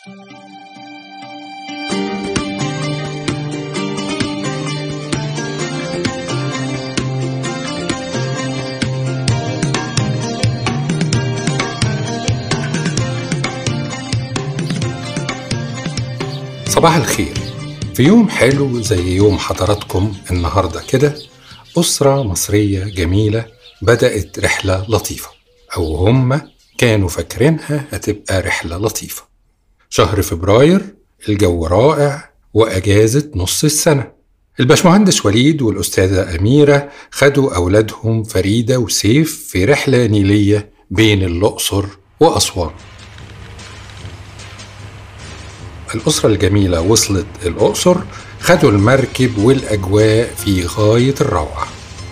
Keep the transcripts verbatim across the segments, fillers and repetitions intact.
صباح الخير. في يوم حلو زي يوم حضراتكم النهاردة كده، أسرة مصرية جميلة بدأت رحلة لطيفة، أو هم كانوا فاكرينها هتبقى رحلة لطيفة. شهر فبراير، الجو رائع وأجازة نص السنة. الباشمهندس وليد والأستاذة أميرة خدوا أولادهم فريدة وسيف في رحلة نيلية بين الأقصر وأسوان. الأسرة الجميلة وصلت الأقصر، خدوا المركب والأجواء في غاية الروعة.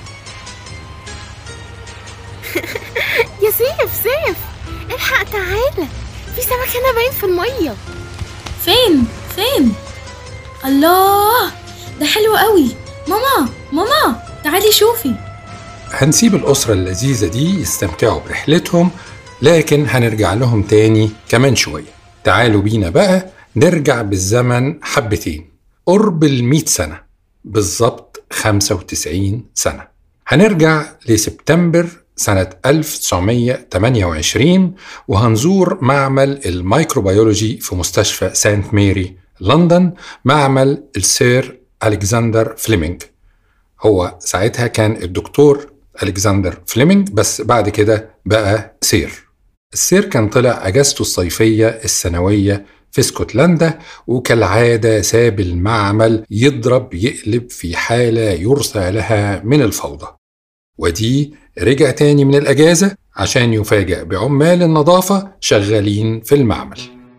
يا سيف سيف الحق تعالى، في سمك هنا باين في المية. فين فين؟ الله، ده حلو قوي. ماما ماما تعالي شوفي. هنسيب الأسرة اللذيذة دي يستمتعوا برحلتهم، لكن هنرجع لهم تاني كمان شوية. تعالوا بينا بقى نرجع بالزمن حبتين، قرب المئة سنة، بالظبط خمسة وتسعين سنة. هنرجع لسبتمبر سنة ألف وتسعمية وتمانية وعشرين، وهنزور معمل الميكروبيولوجي في مستشفى سانت ماري لندن، معمل السير ألكسندر فليمنج. هو ساعتها كان الدكتور ألكسندر فليمنج، بس بعد كده بقى سير. السير كان طلع أجازته الصيفية السنوية في اسكتلندا، وكالعادة ساب المعمل يضرب يقلب في حالة يرثى لها من الفوضى. ودي رجع تاني من الأجازة عشان يفاجأ بعمال النظافة شغالين في المعمل.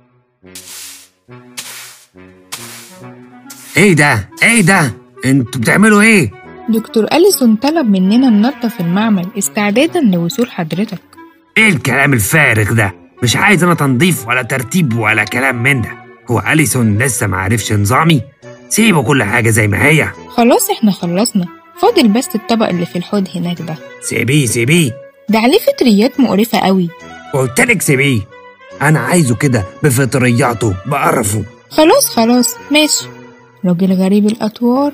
ايه ده؟ ايه ده؟ انتوا بتعملوا ايه؟ دكتور أليسون طلب مننا ننظف المعمل استعدادا لوصول حضرتك. ايه الكلام الفارغ ده؟ مش عايز انا تنظيف ولا ترتيب ولا كلام من ده. هو أليسون لسه معرفش نظامي؟ سيبوا كل حاجة زي ما هي. خلاص احنا خلصنا، فاضل بس الطبق اللي في الحوض هناك ده. سيبيه سيبيه، ده عليه فطريات مقرفة قوي. قلتلك سيبيه، انا عايزه كده بفطرياته بقرفه. خلاص خلاص ماشي. راجل غريب الأطوار.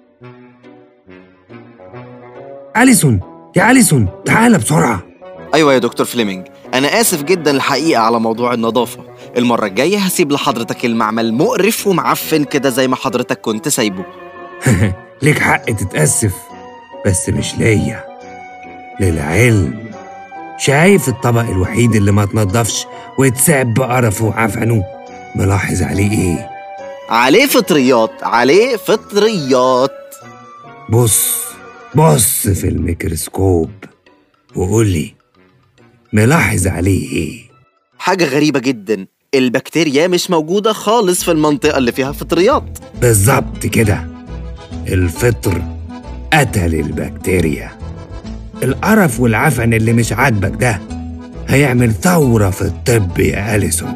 أليسون يا أليسون تعالى بسرعة. أيوة يا دكتور فليمنج، أنا آسف جدا الحقيقة على موضوع النظافة. المرة الجاية هسيب لحضرتك المعمل مقرف ومعفن كده زي ما حضرتك كنت سايبه. ليك حق تتأسف، بس مش ليا، للعلم. شايف الطبق الوحيد اللي ما تنضفش ويتساب بقرفه وعفنه؟ ملاحظ عليه ايه؟ عليه فطريات، عليه فطريات. بص بص في الميكروسكوب وقولي ملاحظ عليه ايه؟ حاجة غريبة جدا، البكتيريا مش موجودة خالص في المنطقة اللي فيها فطريات. بالظبط كده، الفطر قتل البكتيريا. القرف والعفن اللي مش عاجبك ده هيعمل ثورة في الطب يا أليسون.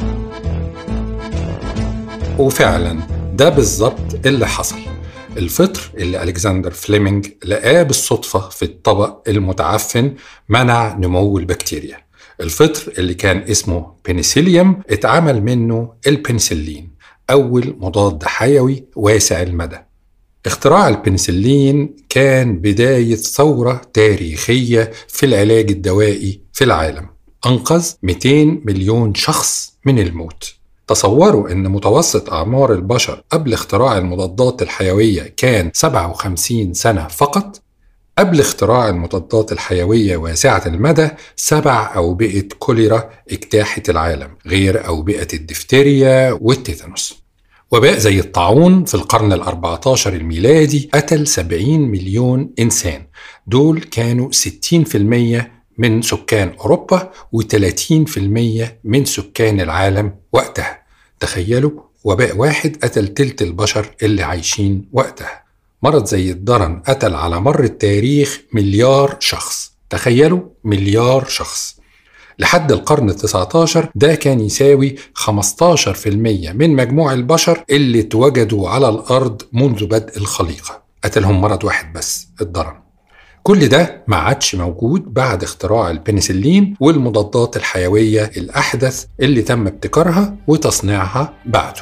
وفعلا ده بالظبط اللي حصل. الفطر اللي ألكسندر فليمنج لقاه بالصدفة في الطبق المتعفن منع نمو البكتيريا. الفطر اللي كان اسمه بنسيليوم اتعمل منه البنسلين، أول مضاد حيوي واسع المدى. اختراع البنسلين كان بداية ثورة تاريخية في العلاج الدوائي في العالم، أنقذ مئتين مليون شخص من الموت. تصوروا أن متوسط أعمار البشر قبل اختراع المضادات الحيوية كان سبعة وخمسين سنة فقط. قبل اختراع المضادات الحيوية واسعة المدى، سبع أوبئة كوليرا اجتاحت العالم، غير أوبئة الدفتيريا والتيتانوس. وباء زي الطاعون في القرن الأربعة عشر الميلادي قتل سبعين مليون إنسان. دول كانوا ستين في المية من سكان أوروبا وثلاثين في المية من سكان العالم وقتها. تخيلوا وباء واحد قتل تلت البشر اللي عايشين وقتها. مرض زي الضرن قتل على مر التاريخ مليار شخص. تخيلوا مليار شخص. لحد القرن التاسع عشر ده كان يساوي خمستاشر في المية من مجموع البشر اللي اتوجدوا على الأرض منذ بدء الخليقة. قتلهم مرض واحد بس، الضرن. كل ده ما عادش موجود بعد اختراع البنسلين والمضادات الحيوية الأحدث اللي تم ابتكارها وتصنيعها بعده.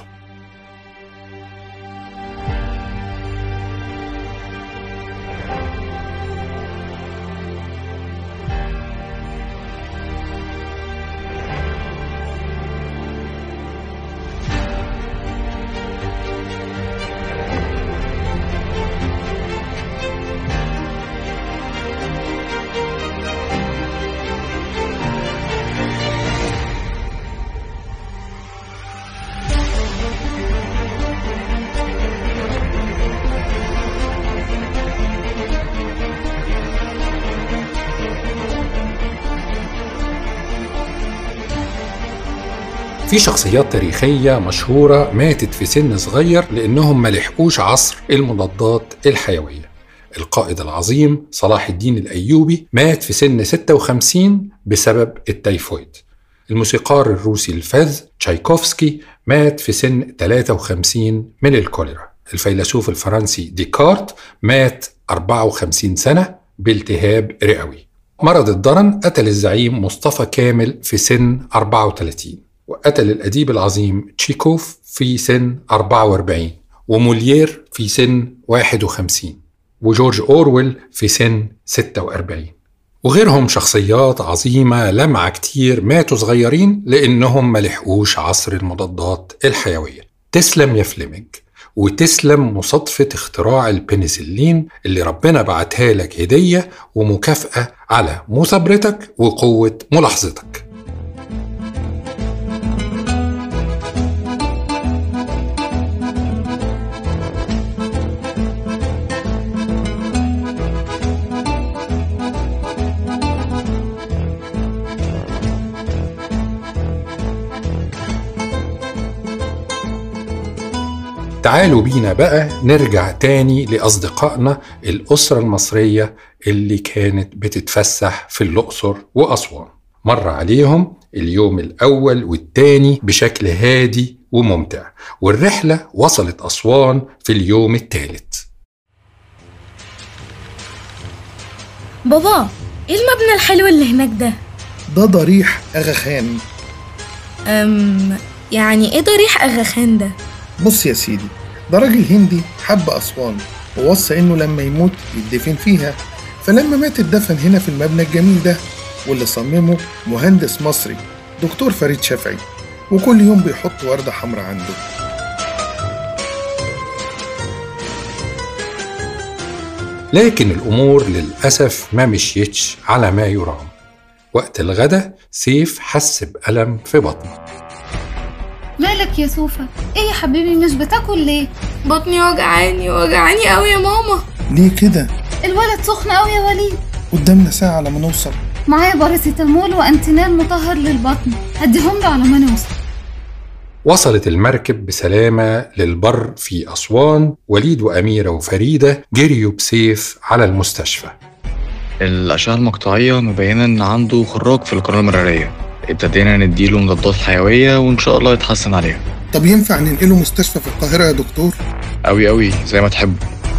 في شخصيات تاريخية مشهورة ماتت في سن صغير لأنهم ما لحقوش عصر المضادات الحيوية. القائد العظيم صلاح الدين الأيوبي مات في سن ستة وخمسين بسبب التيفويد. الموسيقار الروسي الفذ تشايكوفسكي مات في سن ثلاثة وخمسين من الكوليرا. الفيلسوف الفرنسي ديكارت مات أربعة وخمسين سنة بالتهاب رئوي. مرض الضرن قتل الزعيم مصطفى كامل في سن أربعة وثلاثين، وقتل الأديب العظيم تشيكوف في سن أربعة وأربعين، وموليير في سن واحد وخمسين، وجورج أورويل في سن ستة وأربعين، وغيرهم شخصيات عظيمة لمعة كتير ماتوا صغيرين لأنهم ما لحقوش عصر المضادات الحيوية. تسلم يا فليمنج، وتسلم مصادفة اختراع البنسلين اللي ربنا بعتها لك هدية ومكافأة على مثابرتك وقوة ملاحظتك. تعالوا بينا بقى نرجع تاني لأصدقائنا الأسرة المصرية اللي كانت بتتفسح في الأقصر وأسوان. مر عليهم اليوم الأول والتاني بشكل هادي وممتع، والرحلة وصلت أسوان في اليوم الثالث. بابا، إيه المبنى الحلو اللي هناك ده؟ ده ضريح أغا خان. أم يعني إيه ضريح أغا خان ده؟ بص يا سيدي، ده راجل هندي حب أسوان ووصى إنه لما يموت يدفن فيها، فلما مات اتدفن هنا في المبنى الجميل ده، واللي صممه مهندس مصري دكتور فريد شافعي، وكل يوم بيحط وردة حمراء عنده. لكن الأمور للأسف ما مشيتش على ما يرام. وقت الغدا سيف حس بألم في بطنه. مالك يا سوفا؟ ايه يا حبيبي مش بتاكل ليه؟ بطني وجعاني وجعاني قوي يا ماما. ليه كده؟ الولد سخن قوي يا وليد. قدامنا ساعة على ما نوصل. معايا باراسيتامول وانتينال مطهر للبطن، هديهم له على ما نوصل. وصلت المركب بسلامة للبر في أسوان. وليد وأميرة وفريدة جريوا بسيف على المستشفى. الأشعة المقطعية مبينة إن عنده خراج في القناة المرارية. ابتدينا نديله مضادات حيوية وإن شاء الله يتحسن عليها. طب ينفع ننقله مستشفى في القاهرة يا دكتور؟ أوي أوي زي ما تحب.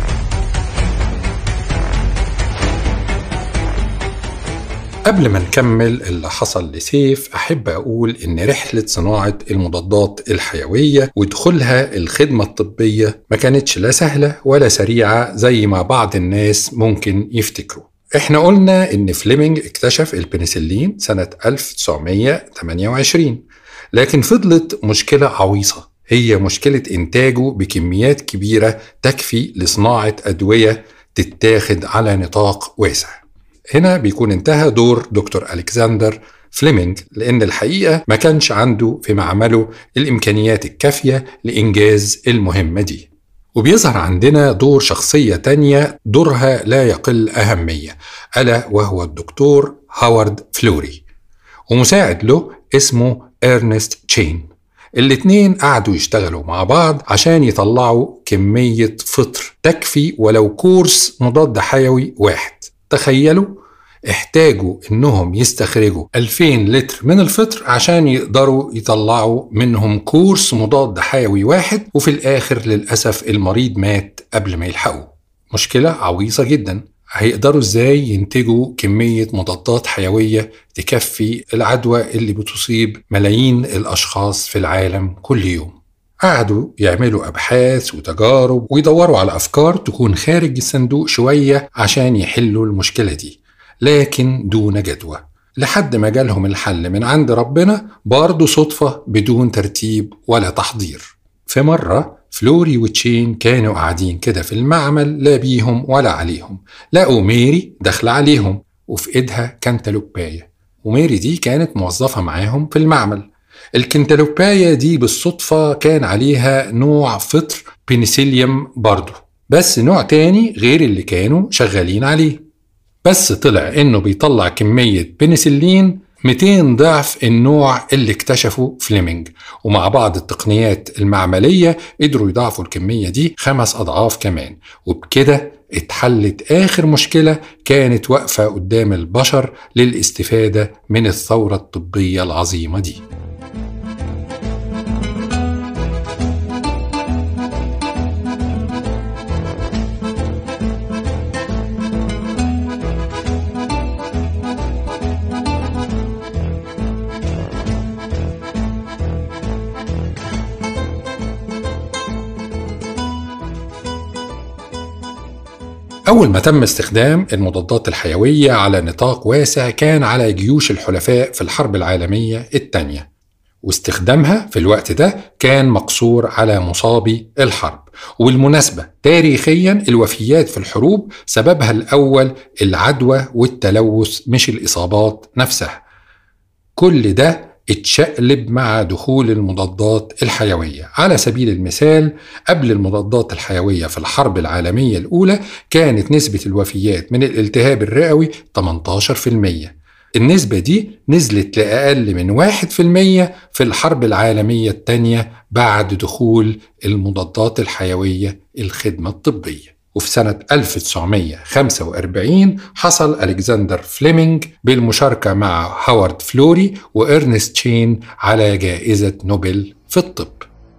قبل ما نكمل اللي حصل لسيف، أحب أقول إن رحلة صناعة المضادات الحيوية ودخولها الخدمة الطبية ما كانتش لا سهلة ولا سريعة زي ما بعض الناس ممكن يفتكروا. إحنا قلنا إن فليمنج اكتشف البنسلين سنة ألف وتسعمية وتمانية وعشرين، لكن فضلت مشكلة عويصة، هي مشكلة إنتاجه بكميات كبيرة تكفي لصناعة أدوية تتاخد على نطاق واسع. هنا بيكون انتهى دور دكتور ألكسندر فليمنج، لأن الحقيقة ما كانش عنده في معمله الإمكانيات الكافية لإنجاز المهمة دي. وبيظهر عندنا دور شخصية تانية دورها لا يقل أهمية، ألا وهو الدكتور هاورد فلوري، ومساعد له اسمه إرنست تشين. الاتنين قعدوا يشتغلوا مع بعض عشان يطلعوا كمية فطر تكفي ولو كورس مضاد حيوي واحد. تخيلوا احتاجوا انهم يستخرجوا ألفين لتر من الفطر عشان يقدروا يطلعوا منهم كورس مضاد حيوي واحد، وفي الاخر للأسف المريض مات قبل ما يلحقوا. مشكلة عويصة جدا هيقدروا ازاي ينتجوا كمية مضادات حيوية تكفي العدوى اللي بتصيب ملايين الأشخاص في العالم كل يوم. قعدوا يعملوا أبحاث وتجارب ويدوروا على أفكار تكون خارج الصندوق شوية عشان يحلوا المشكلة دي، لكن دون جدوى، لحد ما جالهم الحل من عند ربنا برضه صدفة بدون ترتيب ولا تحضير. في مرة فلوري وتشين كانوا قاعدين كده في المعمل، لا بيهم ولا عليهم، لقوا ميري داخلة عليهم وفي إيدها كنتالوباية، وميري دي كانت موظفة معاهم في المعمل. الكنتالوباية دي بالصدفة كان عليها نوع فطر بنسيليوم برضه، بس نوع تاني غير اللي كانوا شغالين عليه، بس طلع إنه بيطلع كمية بنسلين مئتين ضعف النوع اللي اكتشفه فليمنج، ومع بعض التقنيات المعملية قدروا يضاعفوا الكمية دي خمس أضعاف كمان، وبكده اتحلت آخر مشكلة كانت واقفة قدام البشر للاستفادة من الثورة الطبية العظيمة دي. أول ما تم استخدام المضادات الحيوية على نطاق واسع كان على جيوش الحلفاء في الحرب العالمية الثانية، واستخدامها في الوقت ده كان مقصور على مصابي الحرب. وبالمناسبة تاريخيا الوفيات في الحروب سببها الأول العدوى والتلوث مش الإصابات نفسها. كل ده اتشقلب مع دخول المضادات الحيوية. على سبيل المثال قبل المضادات الحيوية في الحرب العالمية الأولى كانت نسبة الوفيات من الالتهاب الرئوي ثمانية عشر بالمئة، النسبة دي نزلت لأقل من واحد بالمئة في الحرب العالمية الثانية بعد دخول المضادات الحيوية الخدمة الطبية. وفي سنة ألف وتسعمئة وخمسة وأربعين حصل ألكسندر فليمنج بالمشاركة مع هوارد فلوري وإرنست تشين على جائزة نوبل في الطب.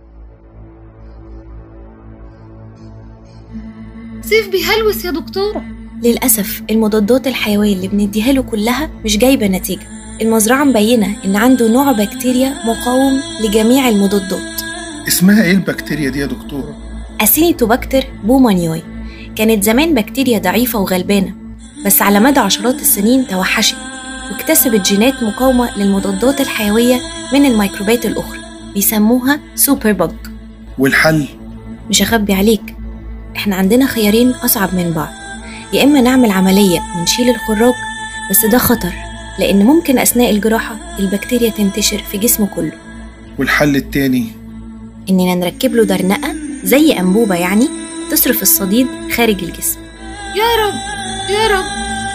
سيف بيهلوس يا دكتورة. للأسف المضادات الحيوية اللي بنديها له كلها مش جايبة نتيجة. المزرعة مبينة إن عنده نوع بكتيريا مقاوم لجميع المضادات. اسمها إيه البكتيريا دي يا دكتورة؟ أسينيتوباكتر بومانيوي. كانت زمان بكتيريا ضعيفة وغلبانة، بس على مدى عشرات السنين توحشت واكتسبت جينات مقاومة للمضادات الحيوية من الميكروبات الأخرى، بيسموها سوبر بج. والحل؟ مش أخبي عليك، إحنا عندنا خيارين أصعب من بعض. يا إما نعمل عملية ونشيل الخراج، بس ده خطر لأن ممكن أثناء الجراحة البكتيريا تنتشر في جسمه كله. والحل التاني؟ إننا نركب له درنقة زي أنبوبة يعني تصرف الصديد خارج الجسم. يا رب يا رب.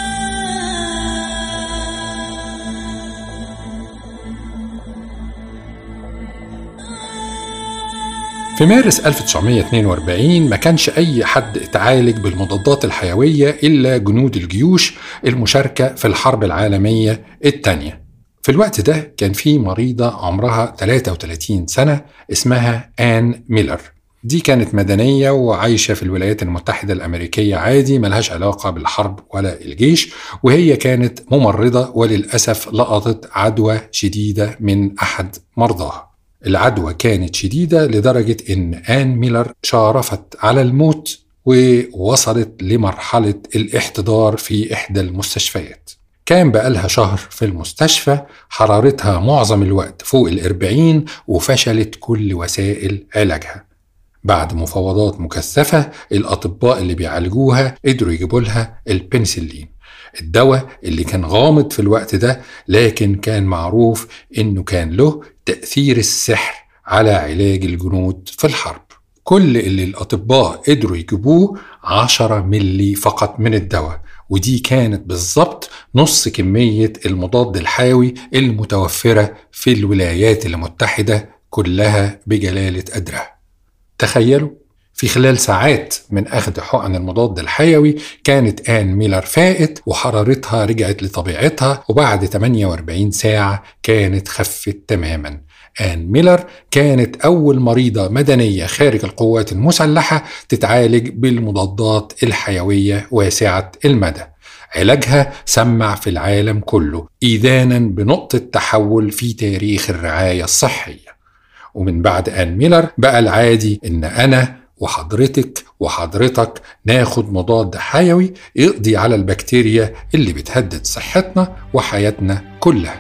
في مارس ألف وتسعمئة واثنين وأربعين ما كانش أي حد اتعالج بالمضادات الحيوية إلا جنود الجيوش المشاركة في الحرب العالمية الثانية. في الوقت ده كان في مريضة عمرها ثلاثة وثلاثين سنة اسمها آن ميلر. دي كانت مدنية وعايشة في الولايات المتحدة الأمريكية عادي، ملهاش علاقة بالحرب ولا الجيش، وهي كانت ممرضة وللأسف لقطت عدوى شديدة من أحد مرضاها. العدوى كانت شديدة لدرجة إن آن ميلر شارفت على الموت ووصلت لمرحلة الاحتضار في إحدى المستشفيات. كان بقالها شهر في المستشفى، حرارتها معظم الوقت فوق الأربعين وفشلت كل وسائل علاجها. بعد مفاوضات مكثفة الأطباء اللي بيعالجوها قدروا يجيبوا لها البنسلين، الدواء اللي كان غامض في الوقت ده لكن كان معروف إنه كان له تأثير السحر على علاج الجنود في الحرب. كل اللي الأطباء قدروا يجيبوه عشرة ملي فقط من الدواء، ودي كانت بالضبط نص كمية المضاد الحيوي المتوفرة في الولايات المتحدة كلها بجلالة قدرها. تخيلوا في خلال ساعات من أخذ حقن المضاد الحيوي كانت آن ميلر فاقت وحرارتها رجعت لطبيعتها، وبعد ثمانية وأربعين ساعة كانت خفت تماما. آن ميلر كانت أول مريضة مدنية خارج القوات المسلحة تتعالج بالمضادات الحيوية واسعة المدى. علاجها سمع في العالم كله، إيذانا بنقطة تحول في تاريخ الرعاية الصحية. ومن بعد آن ميلر بقى العادي إن أنا وحضرتك وحضرتك ناخد مضاد حيوي يقضي على البكتيريا اللي بتهدد صحتنا وحياتنا كلها.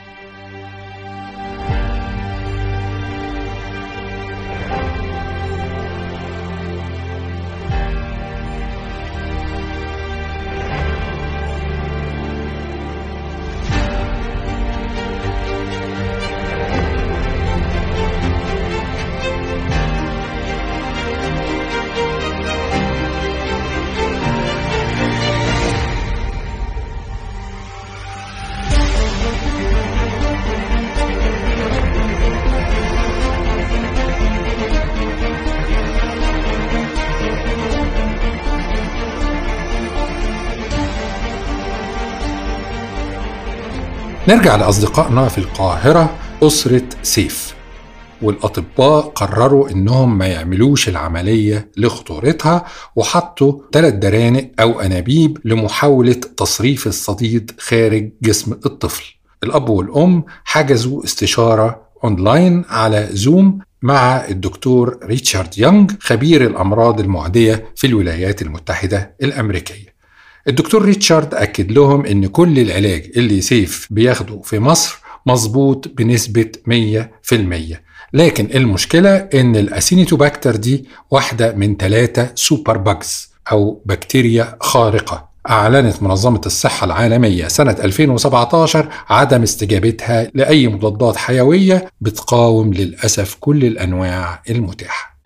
نرجع لأصدقائنا في القاهرة، أسرة سيف، والأطباء قرروا إنهم ما يعملوش العملية لخطورتها، وحطوا ثلاث درانق أو أنابيب لمحاولة تصريف الصديد خارج جسم الطفل. الأب والأم حجزوا استشارة أونلاين على زوم مع الدكتور ريتشارد يونغ، خبير الأمراض المعدية في الولايات المتحدة الأمريكية. الدكتور ريتشارد أكد لهم إن كل العلاج اللي سيف بياخده في مصر مظبوط بنسبة مية في المية، لكن المشكلة إن الأسينيتوباكتر دي واحدة من ثلاثة سوبر باجز أو بكتيريا خارقة. أعلنت منظمة الصحة العالمية سنة ألفين وسبعة عشر عدم استجابتها لأي مضادات حيوية بتقاوم للأسف كل الأنواع المتاحة.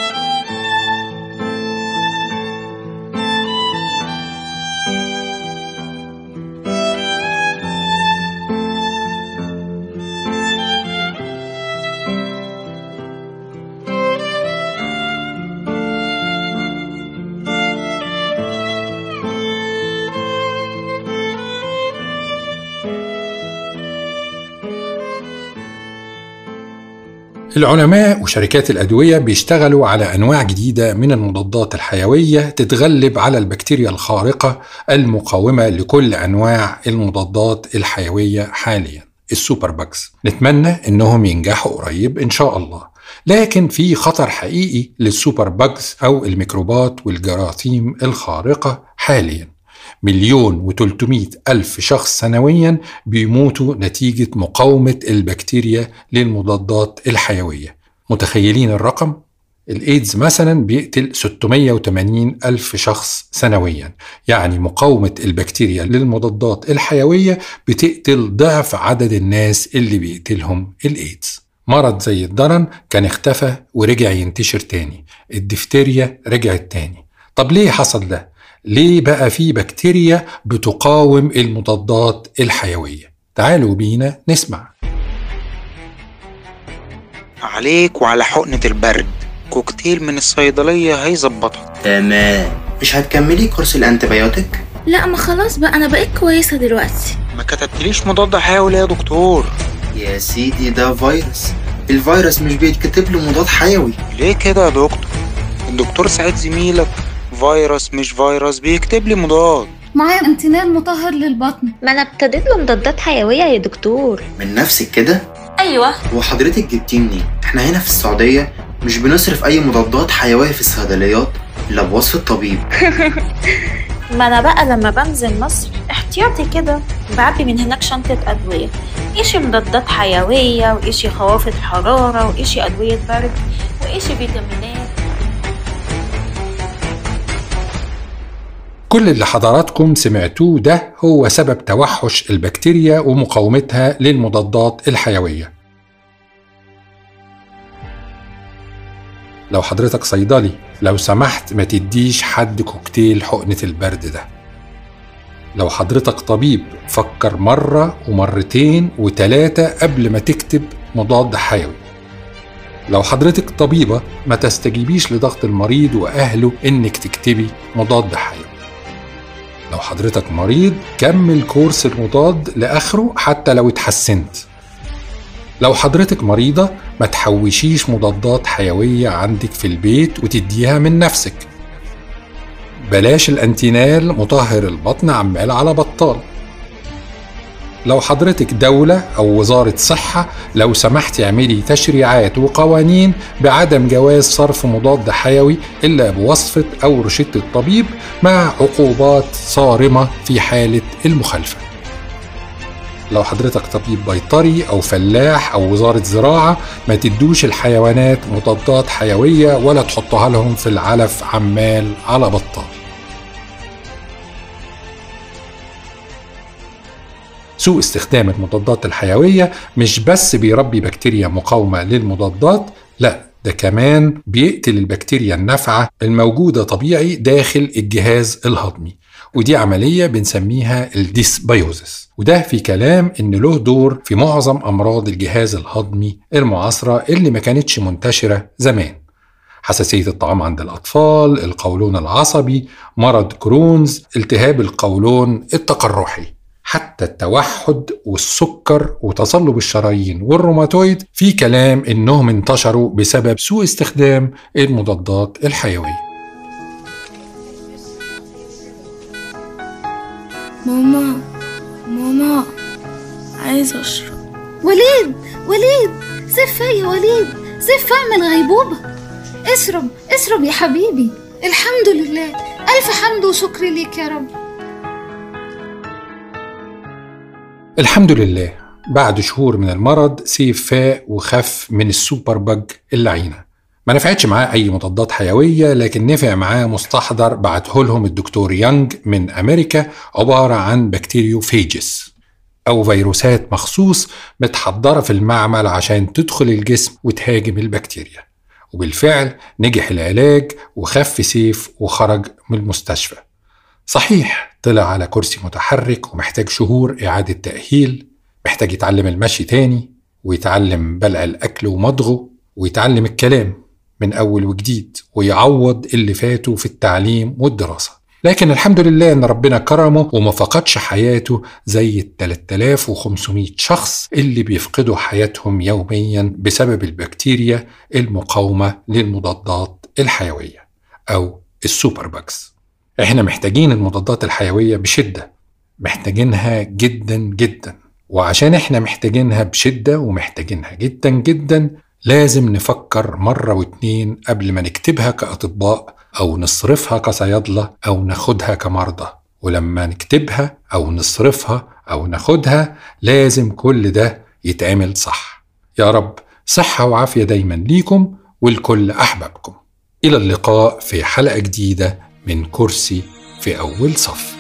العلماء وشركات الأدوية بيشتغلوا على أنواع جديدة من المضادات الحيوية تتغلب على البكتيريا الخارقة المقاومة لكل أنواع المضادات الحيوية حاليا، السوبر باجز. نتمنى إنهم ينجحوا قريب إن شاء الله، لكن في خطر حقيقي للسوبر باجز أو الميكروبات والجراثيم الخارقة حاليا. مليون وتلتمائة ألف شخص سنويا بيموتوا نتيجة مقاومة البكتيريا للمضادات الحيوية. متخيلين الرقم؟ الإيدز مثلا بيقتل ستمائة وثمانين ألف شخص سنويا، يعني مقاومة البكتيريا للمضادات الحيوية بتقتل ضعف عدد الناس اللي بيقتلهم الإيدز. مرض زي الضرن كان اختفى ورجع ينتشر تاني، الدفتيريا رجعت تاني. طب ليه حصل ده؟ ليه بقى في بكتيريا بتقاوم المضادات الحيوية؟ تعالوا بينا نسمع. عليك وعلى حقنة البرد، كوكتيل من الصيدلية هيظبطها. تمام. مش هتكملي كورس الانتبيوتيك؟ لا، ما خلاص بقى، انا بقيت كويسة دلوقتي. ما كتبتليش مضاد حيوي يا دكتور؟ يا سيدي ده فيروس، الفيروس مش بيتكتب له مضاد حيوي. ليه كده يا دكتور؟ الدكتور سعيد زميلك فيروس مش فيروس بيكتب لي مضاد. معايا امتنان مطهر للبطن. ما انا ابتديت له مضادات حيويه يا دكتور. من نفسك كده؟ ايوه. وحضرتك جبتيه منين؟ احنا هنا في السعوديه مش بنصرف اي مضادات حيويه في الصيدليات الا بوصف الطبيب. ما انا بقى لما بنزل مصر احتياطي كده بعبي من هناك شنطه ادويه، ايشي مضادات حيويه وايشي خوافض حراره وايشي ادويه برد وايشي فيتامينات. كل اللي حضراتكم سمعتوه ده هو سبب توحش البكتيريا ومقاومتها للمضادات الحيوية. لو حضرتك صيدلي لو سمحت ما تديش حد كوكتيل حقنة البرد ده. لو حضرتك طبيب فكر مرة ومرتين وتلاتة قبل ما تكتب مضاد حيوي. لو حضرتك طبيبة ما تستجيبيش لضغط المريض وأهله إنك تكتبي مضاد حيوي. لو حضرتك مريض كمل كورس المضاد لآخره حتى لو اتحسنت. لو حضرتك مريضة ما تحوشيش مضادات حيوية عندك في البيت وتديها من نفسك. بلاش الأنتينال مطهر البطن عمال على بطال. لو حضرتك دولة أو وزارة صحة لو سمحت اعملي تشريعات وقوانين بعدم جواز صرف مضاد حيوي إلا بوصفة أو روشتة الطبيب مع عقوبات صارمة في حالة المخالفة. لو حضرتك طبيب بيطري أو فلاح أو وزارة زراعة ما تدوش الحيوانات مضادات حيوية ولا تحطها لهم في العلف عمال على بطال. سوء استخدام المضادات الحيوية مش بس بيربي بكتيريا مقاومة للمضادات، لا ده كمان بيقتل البكتيريا النافعة الموجودة طبيعي داخل الجهاز الهضمي، ودي عملية بنسميها الديسبيوزس، وده في كلام إن له دور في معظم أمراض الجهاز الهضمي المعاصرة اللي ما كانتش منتشرة زمان. حساسية الطعام عند الأطفال، القولون العصبي، مرض كرونز، التهاب القولون التقرحي، حتى التوحد والسكر وتصلب الشرايين والروماتويد في كلام إنهم انتشروا بسبب سوء استخدام المضادات الحيوية. ماما ماما عايزة أشرب. وليد وليد سيف يا وليد، سيف فاهم الغيبوبة. اشرب اشرب يا حبيبي. الحمد لله، ألف حمد وشكر ليك يا رب. الحمد لله، بعد شهور من المرض سيف فاق وخف من السوبر باج اللعينة. ما نفعتش معاه أي مضادات حيوية، لكن نفع معاه مستحضر بعته لهم الدكتور يانج من أمريكا، عبارة عن بكتيريوفيجس أو فيروسات مخصوص متحضرة في المعمل عشان تدخل الجسم وتهاجم البكتيريا. وبالفعل نجح العلاج وخف سيف وخرج من المستشفى. صحيح طلع على كرسي متحرك ومحتاج شهور إعادة تأهيل، محتاج يتعلم المشي تاني ويتعلم بلع الأكل ومضغه ويتعلم الكلام من أول وجديد ويعوض اللي فاته في التعليم والدراسة. لكن الحمد لله إن ربنا كرمه وما فقدش حياته زي ال ثلاثة آلاف وخمسمائة شخص اللي بيفقدوا حياتهم يوميا بسبب البكتيريا المقاومة للمضادات الحيوية أو السوبر باجز. احنا محتاجين المضادات الحيوية بشدة، محتاجينها جدا جدا، وعشان احنا محتاجينها بشدة ومحتاجينها جدا جدا لازم نفكر مرة واتنين قبل ما نكتبها كأطباء أو نصرفها كصيادلة أو ناخدها كمرضى. ولما نكتبها أو نصرفها أو ناخدها لازم كل ده يتعمل صح. يا رب صحة وعافية دايما ليكم ولكل أحبابكم. إلى اللقاء في حلقة جديدة من كرسي في أول صف.